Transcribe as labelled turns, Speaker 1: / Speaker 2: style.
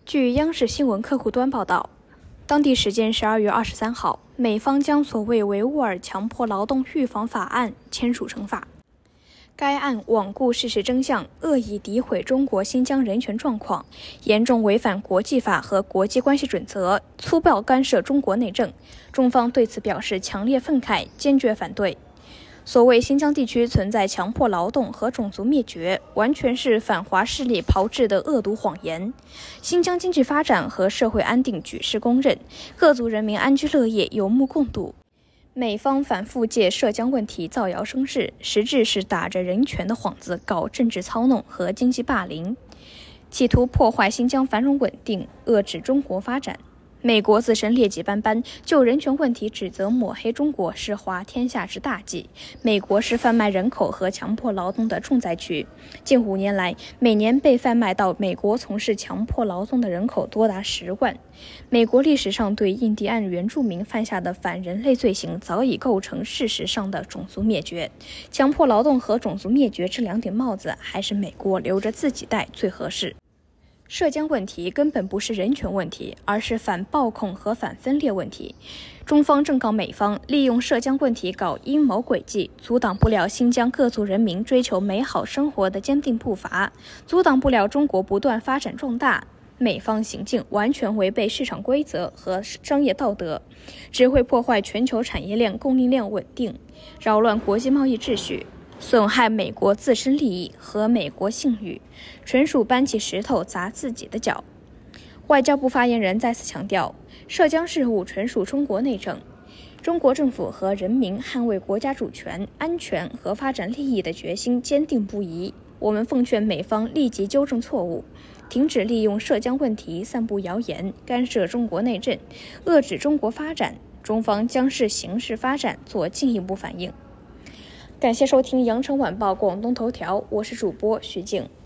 Speaker 1: 据央视新闻客户端报道，当地时间12月23号，美方将所谓维吾尔强迫劳动预防法案签署成法。该案罔顾事实真相，恶意诋毁中国新疆人权状况，严重违反国际法和国际关系准则，粗暴干涉中国内政。中方对此表示强烈愤慨，坚决反对。所谓新疆地区存在强迫劳动和种族灭绝，完全是反华势力炮制的恶毒谎言。新疆经济发展和社会安定举世公认，各族人民安居乐业有目共睹。美方反复借涉疆问题造谣生事，实质是打着人权的幌子搞政治操弄和经济霸凌，企图破坏新疆繁荣稳定，遏制中国发展。美国自身劣迹斑斑，就人权问题指责抹黑中国是滑天下之大忌。美国是贩卖人口和强迫劳动的重灾区。近5年来，每年被贩卖到美国从事强迫劳动的人口多达10万。美国历史上对印第安原住民犯下的反人类罪行早已构成事实上的种族灭绝。强迫劳动和种族灭绝这2顶帽子，还是美国留着自己戴最合适。涉疆问题根本不是人权问题，而是反暴恐和反分裂问题。中方正告美方利用涉疆问题搞阴谋诡计，阻挡不了新疆各族人民追求美好生活的坚定步伐，阻挡不了中国不断发展壮大。美方行径完全违背市场规则和商业道德，只会破坏全球产业链供应链稳定，扰乱国际贸易秩序，损害美国自身利益和美国信誉，纯属搬起石头砸自己的脚。外交部发言人再次强调，涉疆事务纯属中国内政，中国政府和人民捍卫国家主权、安全和发展利益的决心坚定不移。我们奉劝美方立即纠正错误，停止利用涉疆问题散布谣言，干涉中国内政，遏制中国发展。中方将视形势发展做进一步反应。感谢收听羊城晚报广东头条，我是主播徐静。